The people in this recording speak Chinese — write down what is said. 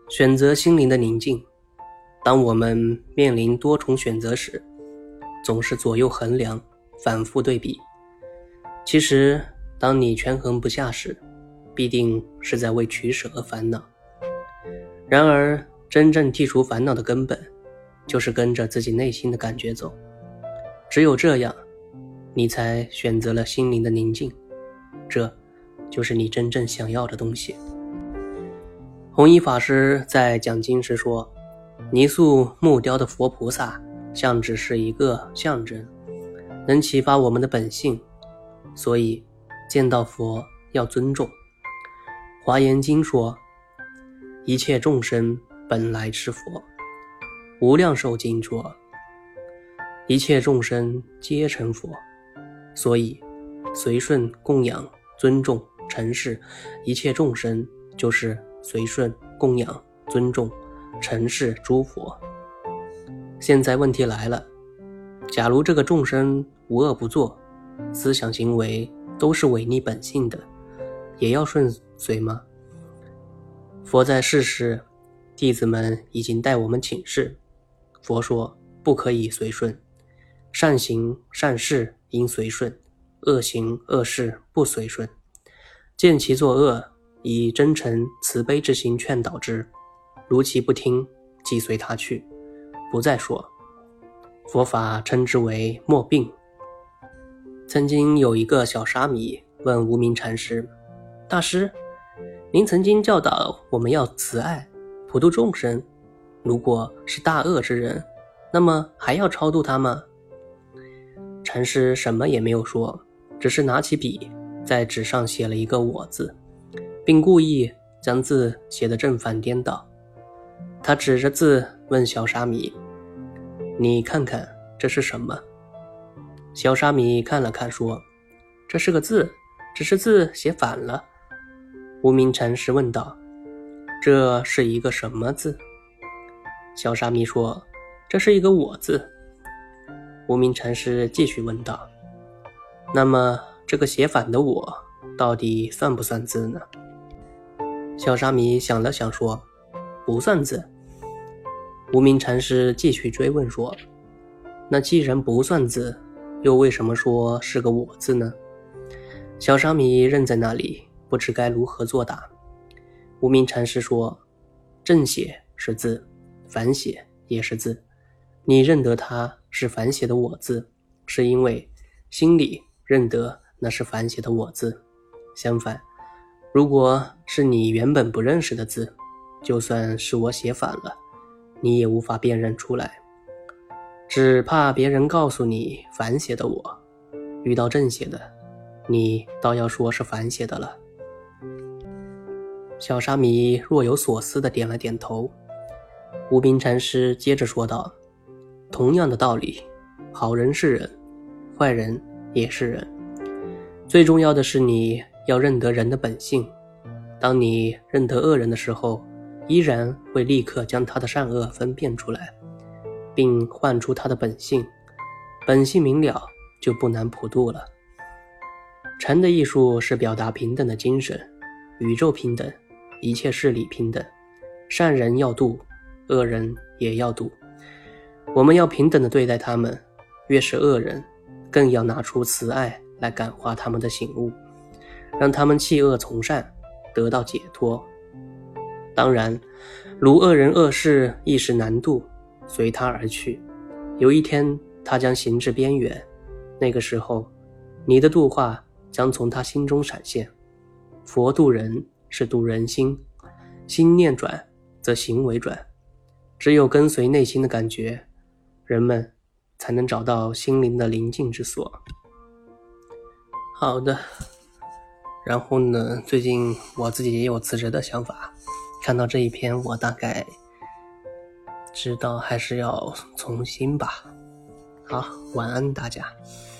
选择心灵的宁静。当我们面临多重选择时，总是左右衡量，反复对比。其实，当你权衡不下时，必定是在为取舍而烦恼。然而，真正剔除烦恼的根本，就是跟着自己内心的感觉走。只有这样，你才选择了心灵的宁静，这就是你真正想要的东西。弘一法师在讲经时说，泥塑木雕的佛菩萨像只是一个象征，能启发我们的本性，所以见到佛要尊重。华严经说，一切众生本来是佛。无量寿经说，一切众生皆成佛。所以随顺供养尊重承事一切众生，就是随顺供养尊重承事诸佛。现在问题来了，假如这个众生无恶不作，思想行为都是违逆本性的，也要顺随吗？佛在世时，弟子们已经带我们请示，佛说不可以随顺，善行善事应随顺，恶行恶事不随顺。见其作恶，以真诚慈悲之心劝导之，如其不听，即随他去，不再说。佛法称之为莫病。曾经有一个小沙弥问无名禅师，大师，您曾经教导我们要慈爱普度众生，如果是大恶之人，那么还要超度他吗？禅师什么也没有说，只是拿起笔在纸上写了一个我字，并故意将字写得正反颠倒。他指着字问小沙弥，你看看这是什么？小沙弥看了看说，这是个字，只是字写反了。无名禅师问道，这是一个什么字？小沙弥说，这是一个我字。无名禅师继续问道，那么这个写反的我到底算不算字呢？小沙弥想了想说，不算字。无名禅师继续追问说，那既然不算字，又为什么说是个我字呢？小沙弥愣在那里，不知该如何作答。无名禅师说，正写是字，反写也是字，你认得它是反写的我字，是因为心里认得那是反写的我字。相反，如果是你原本不认识的字，就算是我写反了，你也无法辨认出来，只怕别人告诉你反写的我，遇到正写的，你倒要说是反写的了。小沙弥若有所思地点了点头。无名禅师接着说道，同样的道理，好人是人，坏人也是人，最重要的是你要认得人的本性。当你认得恶人的时候，依然会立刻将他的善恶分辨出来，并唤出他的本性。本性明了，就不难普度了。禅的艺术是表达平等的精神，宇宙平等，一切事理平等，善人要度，恶人也要度。我们要平等地对待他们，越是恶人，更要拿出慈爱来感化他们的醒悟，让他们弃恶从善，得到解脱。当然，如恶人恶事一时难度，随他而去，有一天他将行至边缘，那个时候你的度化将从他心中闪现。佛度人是度人心，心念转则行为转，只有跟随内心的感觉，人们才能找到心灵的宁静之所。好的，然后呢，最近我自己也有辞职的想法，看到这一篇我大概知道还是要从新吧。好，晚安大家。